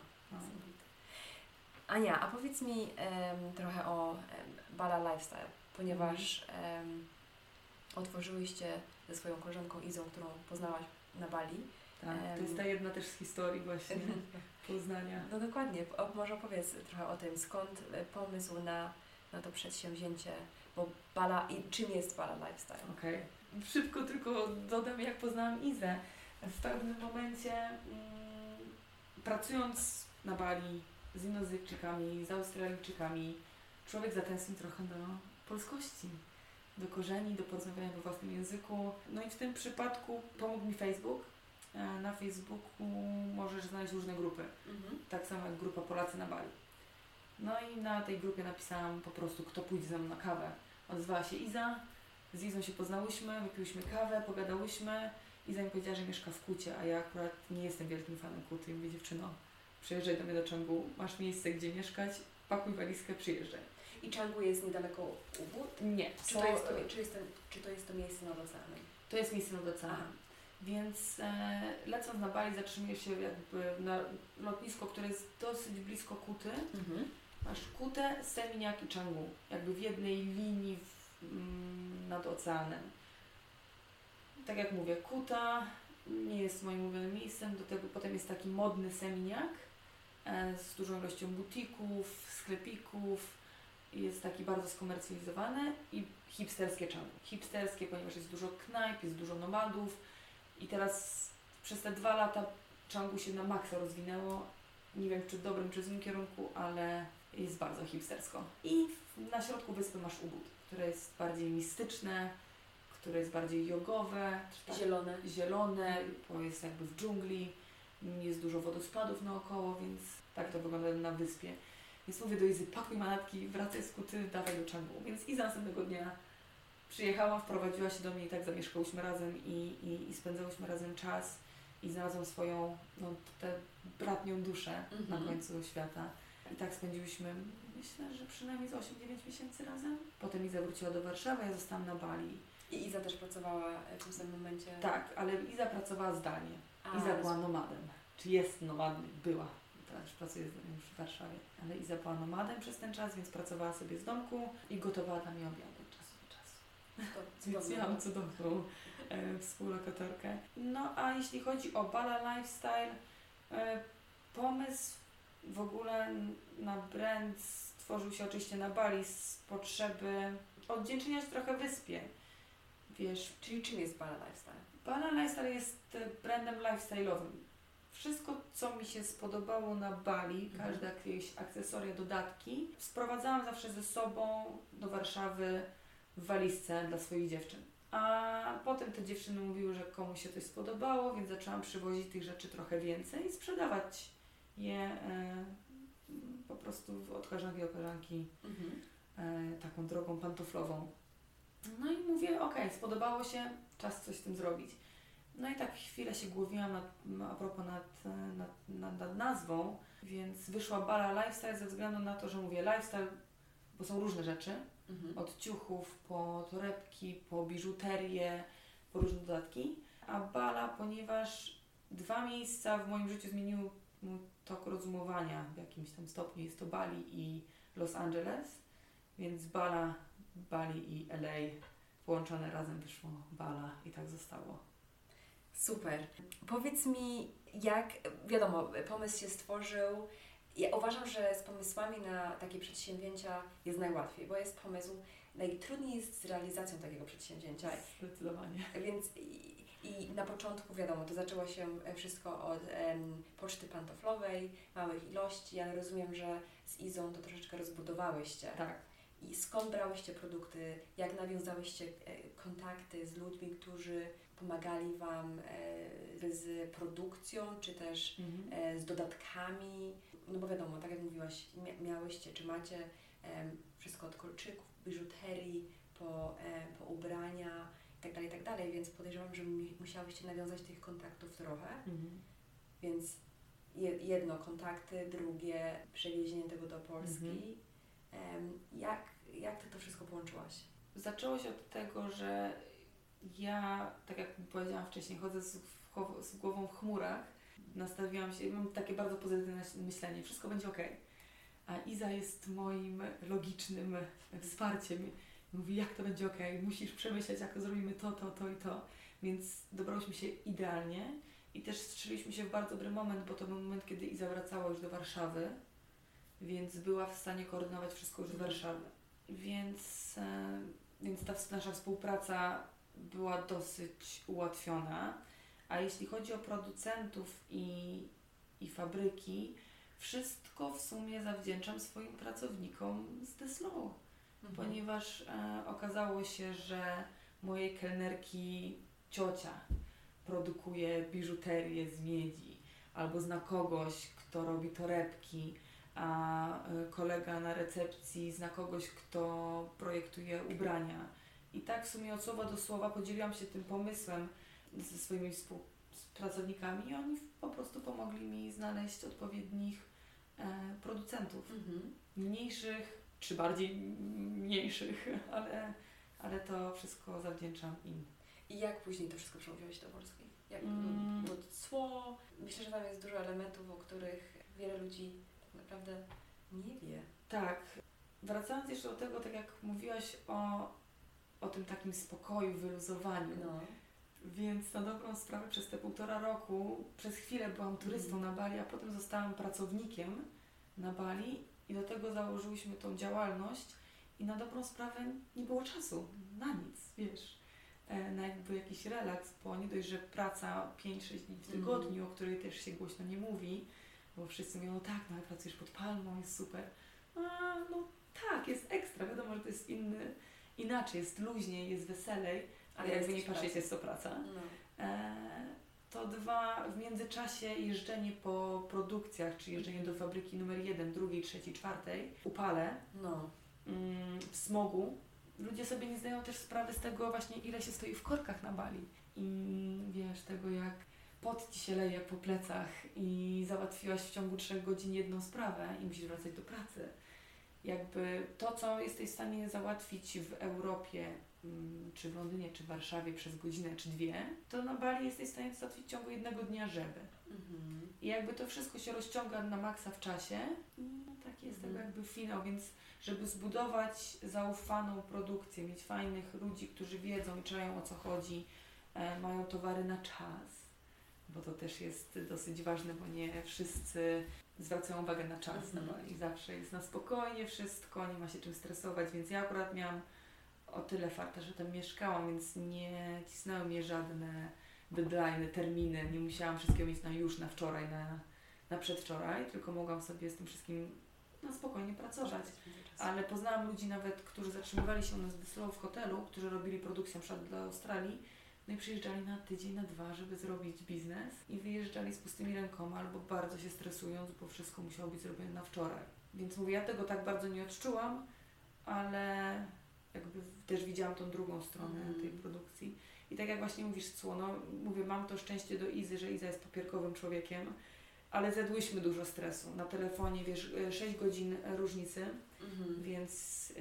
Ania, a powiedz mi trochę o Bala Lifestyle, ponieważ otworzyłyście ze swoją koleżanką Izą, którą poznałaś na Bali. Tak, to jest ta jedna też z historii właśnie Poznania. No dokładnie, może opowiedz trochę o tym, skąd pomysł na to przedsięwzięcie, bo Bala, i czym jest Bala Lifestyle? Okej. Szybko tylko dodam, jak poznałam Izę. W pewnym momencie pracując na Bali z Indozyjczykami, z Australijczykami, człowiek zatęsknił trochę do polskości, do korzeni, do porozmawiania we własnym języku. No i w tym przypadku pomógł mi Facebook. Na Facebooku możesz znaleźć różne grupy, tak samo jak grupa Polacy na Bali. No i na tej grupie napisałam po prostu, kto pójdzie ze mną na kawę. Odezwała się Iza, z Izą się poznałyśmy, wypiłyśmy kawę, pogadałyśmy. Iza mi powiedziała, że mieszka w Kucie, a ja akurat nie jestem wielkim fanem Kuty. I mówię, dziewczyno, przyjeżdżaj do mnie do Canggu, masz miejsce gdzie mieszkać, pakuj walizkę, przyjeżdżaj. I Canggu jest niedaleko Ubud? Nie. Czy to jest to miejsce nad oceanem? To jest miejsce nad oceanem. Więc lecąc na Bali zatrzymujesz się jakby na lotnisko, które jest dosyć blisko Kuty. Masz Kutę, Seminyak i Canggu, jakby w jednej linii nad oceanem. Tak jak mówię, Kuta nie jest moim ulubionym miejscem, do tego potem jest taki modny Seminyak z dużą ilością butików, sklepików, jest taki bardzo skomercjalizowany i hipsterskie Canggu. Hipsterskie, ponieważ jest dużo knajp, jest dużo nomadów i teraz przez te 2 lata Canggu się na maksa rozwinęło. Nie wiem, czy w dobrym, czy złym kierunku, ale jest bardzo hipstersko. I na środku wyspy masz Ubud, które jest bardziej mistyczne, które jest bardziej jogowe, tak, zielone, bo jest jakby w dżungli, jest dużo wodospadów naokoło, więc tak to wygląda na wyspie. Więc mówię do Izy, pakuj manatki, wracaj z Kuty, dawaj do Canggu. Więc Iza następnego dnia przyjechała, wprowadziła się do mnie i tak zamieszkałyśmy razem i spędzałyśmy razem czas i znalazłam swoją, tę bratnią duszę na końcu świata. I tak spędziłyśmy, myślę, że przynajmniej z 8-9 miesięcy razem. Potem Iza wróciła do Warszawy, ja zostałam na Bali. I Iza też pracowała w tym samym momencie? Tak, ale Iza pracowała zdalnie. Iza była nomadem. Czy jest nomadem? Była. Teraz już pracuje już w Warszawie. Ale Iza była nomadem przez ten czas, więc pracowała sobie z domku i gotowała dla mnie obiady od czasu do czasu. Więc miałam cudowną współlokatorkę. No a jeśli chodzi o Bala Lifestyle, pomysł w ogóle na brand stworzył się oczywiście na Bali z potrzeby odwdzięczenia się trochę wyspie. Wiesz, czyli czym jest Bala Lifestyle? Bala Lifestyle jest brandem lifestyle'owym. Wszystko, co mi się spodobało na Bali, każde jakieś akcesoria, dodatki, sprowadzałam zawsze ze sobą do Warszawy w walizce dla swoich dziewczyn. A potem te dziewczyny mówiły, że komuś się coś spodobało, więc zaczęłam przywozić tych rzeczy trochę więcej i sprzedawać je po prostu od koleżanki do koleżanki taką drogą pantoflową. No i mówię, okej, spodobało się, czas coś z tym zrobić. No i tak chwilę się głowiłam a propos nad nazwą, więc wyszła Bala Lifestyle ze względu na to, że mówię lifestyle, bo są różne rzeczy, od ciuchów, po torebki, po biżuterię, po różne dodatki, a Bala, ponieważ 2 miejsca w moim życiu zmieniły mój tok rozumowania w jakimś tam stopniu, jest to Bali i Los Angeles, więc Bali i LA połączone razem wyszło Bala i tak zostało. Super. Powiedz mi, jak, wiadomo, pomysł się stworzył. Ja uważam, że z pomysłami na takie przedsięwzięcia jest najłatwiej, bo jest pomysł, najtrudniej jest z realizacją takiego przedsięwzięcia. Zdecydowanie. Więc i na początku, wiadomo, to zaczęło się wszystko od poczty pantoflowej, małych ilości, ale rozumiem, że z Izą to troszeczkę rozbudowałyście. Tak. I skąd brałyście produkty, jak nawiązałyście kontakty z ludźmi, którzy pomagali Wam z produkcją, czy też z dodatkami? No bo wiadomo, tak jak mówiłaś, miałyście, czy macie wszystko od kolczyków, biżuterii, po ubrania i tak dalej, więc podejrzewam, że musiałyście nawiązać tych kontaktów trochę, więc jedno kontakty, drugie przewiezienie tego do Polski. Jak Ty to wszystko połączyłaś? Zaczęło się od tego, że ja, tak jak powiedziałam wcześniej, chodzę z głową w chmurach, nastawiłam się, mam takie bardzo pozytywne myślenie, wszystko będzie okej. A Iza jest moim logicznym wsparciem. Mówi, jak to będzie okej, musisz przemyśleć, jak to zrobimy to i to. Więc dobrałyśmy się idealnie i też strzeliśmy się w bardzo dobry moment, bo to był moment, kiedy Iza wracała już do Warszawy, więc była w stanie koordynować wszystko już z Warszawy. Więc ta nasza współpraca była dosyć ułatwiona. A jeśli chodzi o producentów i fabryki, wszystko w sumie zawdzięczam swoim pracownikom z The Slow, ponieważ okazało się, że mojej kelnerki ciocia produkuje biżuterię z miedzi, albo zna kogoś, kto robi torebki, a kolega na recepcji zna kogoś, kto projektuje ubrania. I tak w sumie od słowa do słowa podzieliłam się tym pomysłem ze swoimi współpracownikami i oni po prostu pomogli mi znaleźć odpowiednich producentów. Mniejszych czy bardziej mniejszych, ale to wszystko zawdzięczam im. I jak później to wszystko przełożyłeś do Polski? Bo cło, myślę, że tam jest dużo elementów, o których wiele ludzi tak naprawdę nie wie. Tak. Wracając jeszcze do tego, tak jak mówiłaś o tym takim spokoju, wyluzowaniu. Więc na dobrą sprawę przez te 1,5 roku, przez chwilę byłam turystą na Bali, a potem zostałam pracownikiem na Bali i do tego założyłyśmy tą działalność i na dobrą sprawę nie było czasu na nic, wiesz, na jakby jakiś relaks, bo nie dość, że praca 5-6 dni w tygodniu, o której też się głośno nie mówi, bo wszyscy mówią, no tak, no ale pracujesz pod palmą, jest super. No tak, jest ekstra, wiadomo, że to jest inaczej, jest luźniej, jest weselej, ale jakby nie patrzeć, jest to praca. To w międzyczasie jeżdżenie po produkcjach, czy jeżdżenie do fabryki numer 1, 2, 3, 4, upale, w smogu. Ludzie sobie nie zdają też sprawy z tego właśnie, ile się stoi w korkach na Bali. I wiesz, tego jak pot Ci się leje po plecach i załatwiłaś w ciągu 3 godzin jedną sprawę i musisz wracać do pracy. Jakby to, co jesteś w stanie załatwić w Europie, czy w Londynie, czy w Warszawie przez godzinę, czy 2, to na Bali jesteś w stanie załatwić w ciągu 1 dnia, żeby. I jakby to wszystko się rozciąga na maksa w czasie i taki jest tego jakby finał, więc żeby zbudować zaufaną produkcję, mieć fajnych ludzi, którzy wiedzą i czają, o co chodzi, mają towary na czas, bo to też jest dosyć ważne, bo nie wszyscy zwracają uwagę na czas na Bali. Zawsze jest na spokojnie wszystko, nie ma się czym stresować, więc ja akurat miałam o tyle farta, że tam mieszkałam, więc nie cisnęły mnie żadne deadline'y, terminy, nie musiałam wszystkiego mieć na już, na wczoraj, na przedwczoraj, tylko mogłam sobie z tym wszystkim na spokojnie pracować. Ale poznałam ludzi nawet, którzy zatrzymywali się u nas w hotelu, którzy robili produkcję na przykład dla Australii, no i przyjeżdżali na tydzień, na 2, żeby zrobić biznes i wyjeżdżali z pustymi rękoma albo bardzo się stresując, bo wszystko musiało być zrobione na wczoraj. Więc mówię, ja tego tak bardzo nie odczułam, ale jakby też widziałam tą drugą stronę tej produkcji. I tak jak właśnie mówisz, cło, no mówię, mam to szczęście do Izy, że Iza jest papierkowym człowiekiem, ale zjadłyśmy dużo stresu. Na telefonie, wiesz, 6 godzin różnicy, więc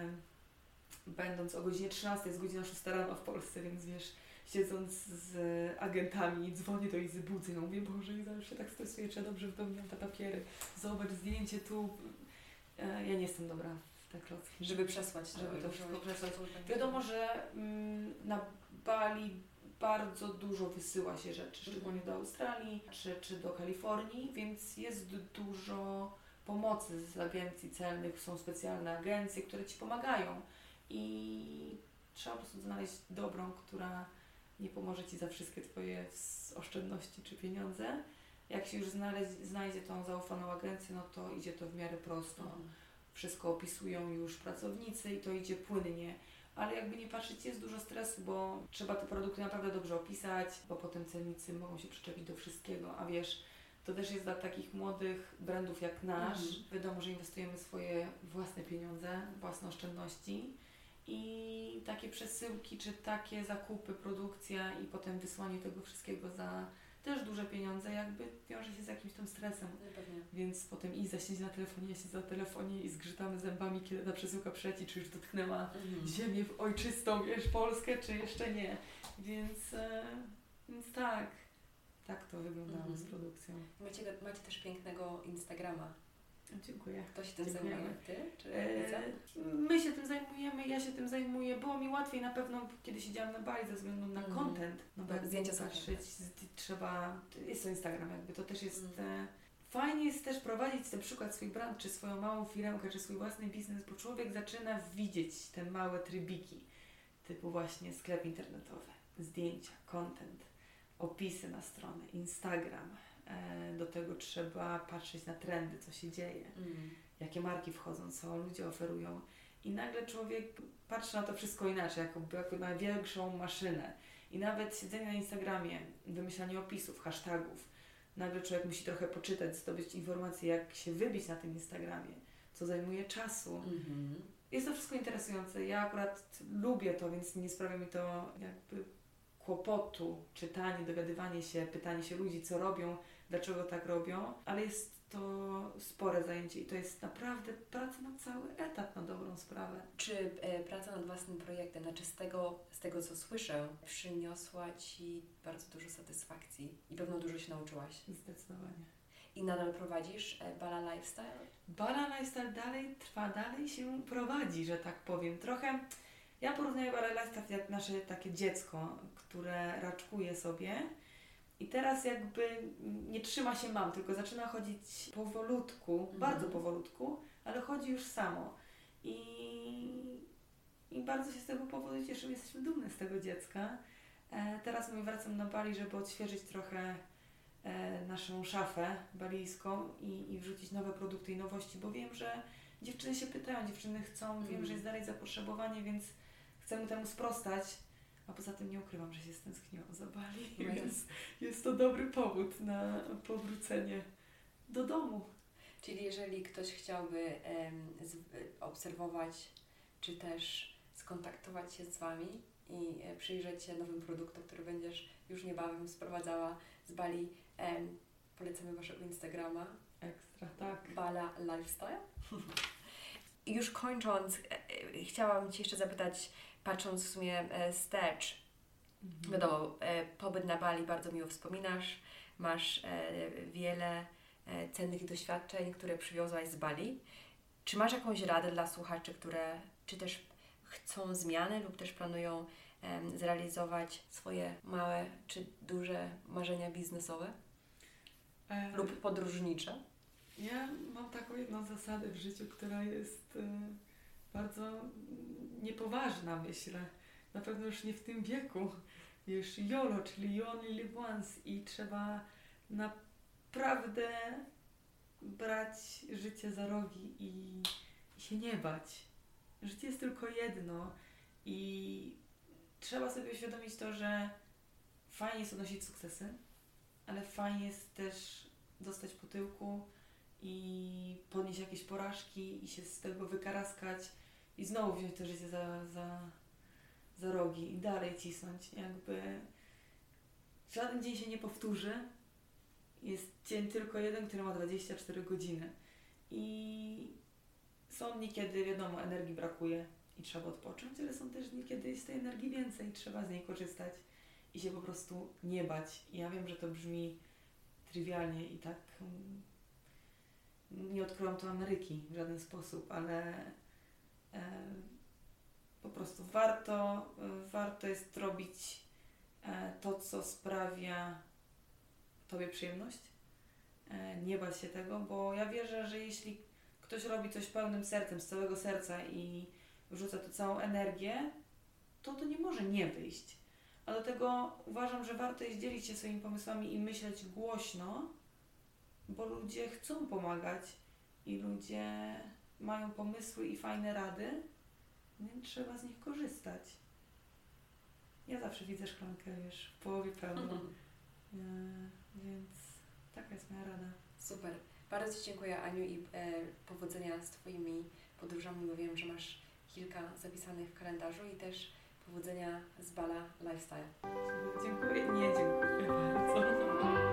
będąc o godzinie 13, jest godzina 6 rano w Polsce, więc wiesz, siedząc z agentami, dzwonię do Izy, budzę ją, mówię, Boże, Iza już się tak stresuje, czy ja dobrze w domu mam te papiery, zobacz zdjęcie tu. Ja nie jestem dobra w te klocki. Żeby przesłać. Żeby to wszystko przesłać. Wiadomo, że na Bali bardzo dużo wysyła się rzeczy, szczególnie do Australii czy do Kalifornii, więc jest dużo pomocy z agencji celnych, są specjalne agencje, które Ci pomagają i trzeba po prostu znaleźć dobrą, która nie pomoże Ci za wszystkie Twoje oszczędności czy pieniądze. Jak się już znajdzie tą zaufaną agencję, no to idzie to w miarę prosto. Wszystko opisują już pracownicy i to idzie płynnie. Ale jakby nie patrzeć, jest dużo stresu, bo trzeba te produkty naprawdę dobrze opisać, bo potem celnicy mogą się przyczepić do wszystkiego, a wiesz, to też jest dla takich młodych brandów jak nasz. Wiadomo, że inwestujemy swoje własne pieniądze, własne oszczędności i takie przesyłki, czy takie zakupy, produkcja i potem wysłanie tego wszystkiego za też duże pieniądze jakby wiąże się z jakimś tam stresem. Pewnie. Więc potem Iza siedzi na telefonie, ja siedzę na telefonie i zgrzytamy zębami, kiedy ta przesyłka przyleci, czy już dotknęła ziemię ojczystą, wiesz, Polskę, czy jeszcze nie. Więc tak to wyglądało z produkcją. Macie też pięknego Instagrama. Dziękuję. Kto się tym zajmuje? Ty? Czy Iza? My się tym zajmujemy, ja się tym zajmuję. Było mi łatwiej na pewno, kiedy siedziałam na Bali ze względu na content. No bo zdjęcia są patrzeć, trzeba, jest to Instagram jakby, to też jest... Fajnie jest też prowadzić na przykład swój brand, czy swoją małą firmę, czy swój własny biznes, bo człowiek zaczyna widzieć te małe trybiki, typu właśnie sklep internetowy, zdjęcia, content, opisy na stronę, Instagram. Do tego trzeba patrzeć na trendy, co się dzieje, jakie marki wchodzą, co ludzie oferują. I nagle człowiek patrzy na to wszystko inaczej, jako na większą maszynę. I nawet siedzenie na Instagramie, wymyślanie opisów, hashtagów. Nagle człowiek musi trochę poczytać, zdobyć informacje, jak się wybić na tym Instagramie, co zajmuje czasu. Jest to wszystko interesujące. Ja akurat lubię to, więc nie sprawia mi to jakby kłopotu, czytanie, dowiadywanie się, pytanie się ludzi, co robią, dlaczego tak robią, ale jest to spore zajęcie i to jest naprawdę praca na cały etat, na dobrą sprawę. Czy praca nad własnym projektem, znaczy z tego co słyszę, przyniosła Ci bardzo dużo satysfakcji i pewno dużo się nauczyłaś? Zdecydowanie. I nadal prowadzisz Bala Lifestyle? Bala Lifestyle dalej trwa, dalej się prowadzi, że tak powiem. Trochę ja porównuję Bala Lifestyle jak nasze takie dziecko, które raczkuje sobie. I teraz jakby nie trzyma się mam, tylko zaczyna chodzić powolutku, bardzo powolutku, ale chodzi już samo. I bardzo się z tego powodu cieszymy, jesteśmy dumne z tego dziecka. Teraz wracam na Bali, żeby odświeżyć trochę naszą szafę balijską i wrzucić nowe produkty i nowości, bo wiem, że dziewczyny się pytają, dziewczyny chcą, wiem, że jest dalej zapotrzebowanie, więc chcemy temu sprostać. A poza tym nie ukrywam, że się stęskniłam za Bali, więc jest to dobry powód na powrócenie do domu. Czyli jeżeli ktoś chciałby obserwować, czy też skontaktować się z Wami i przyjrzeć się nowym produktom, które będziesz już niebawem sprowadzała z Bali, polecamy Waszego Instagrama. Ekstra, tak. Bala Lifestyle. I już kończąc, chciałam Cię jeszcze zapytać, patrząc w sumie wstecz, wiadomo, pobyt na Bali bardzo miło wspominasz, masz wiele cennych doświadczeń, które przywiozłaś z Bali. Czy masz jakąś radę dla słuchaczy, które czy też chcą zmiany lub też planują zrealizować swoje małe czy duże marzenia biznesowe lub podróżnicze? Ja mam taką jedną zasadę w życiu, która jest bardzo niepoważna, myślę. Na pewno już nie w tym wieku. Wiesz, YOLO, czyli You Only Live Once i trzeba naprawdę brać życie za rogi i się nie bać. Życie jest tylko jedno i trzeba sobie uświadomić to, że fajnie jest odnosić sukcesy, ale fajnie jest też dostać po tyłku i podnieść jakieś porażki i się z tego wykaraskać i znowu wziąć to życie za rogi i dalej cisnąć. Jakby żaden dzień się nie powtórzy. Jest dzień tylko jeden, który ma 24 godziny. I są dni, kiedy wiadomo, energii brakuje i trzeba odpocząć, ale są też dni, kiedy jest tej energii więcej i trzeba z niej korzystać i się po prostu nie bać. I ja wiem, że to brzmi trywialnie i tak nie odkryłam tu Ameryki w żaden sposób, ale po prostu warto jest robić to, co sprawia Tobie przyjemność. Nie bać się tego, bo ja wierzę, że jeśli ktoś robi coś pełnym sercem, z całego serca i wrzuca tu całą energię, to nie może nie wyjść. A do tego uważam, że warto jest dzielić się swoimi pomysłami i myśleć głośno, bo ludzie chcą pomagać i ludzie mają pomysły i fajne rady, więc trzeba z nich korzystać. Ja zawsze widzę szklankę, wiesz, w połowie pełną, więc taka jest moja rada. Super. Bardzo Ci dziękuję, Aniu, i powodzenia z Twoimi podróżami, bo wiem, że masz kilka zapisanych w kalendarzu i też powodzenia z Bala Lifestyle. Dziękuję. Nie, dziękuję bardzo.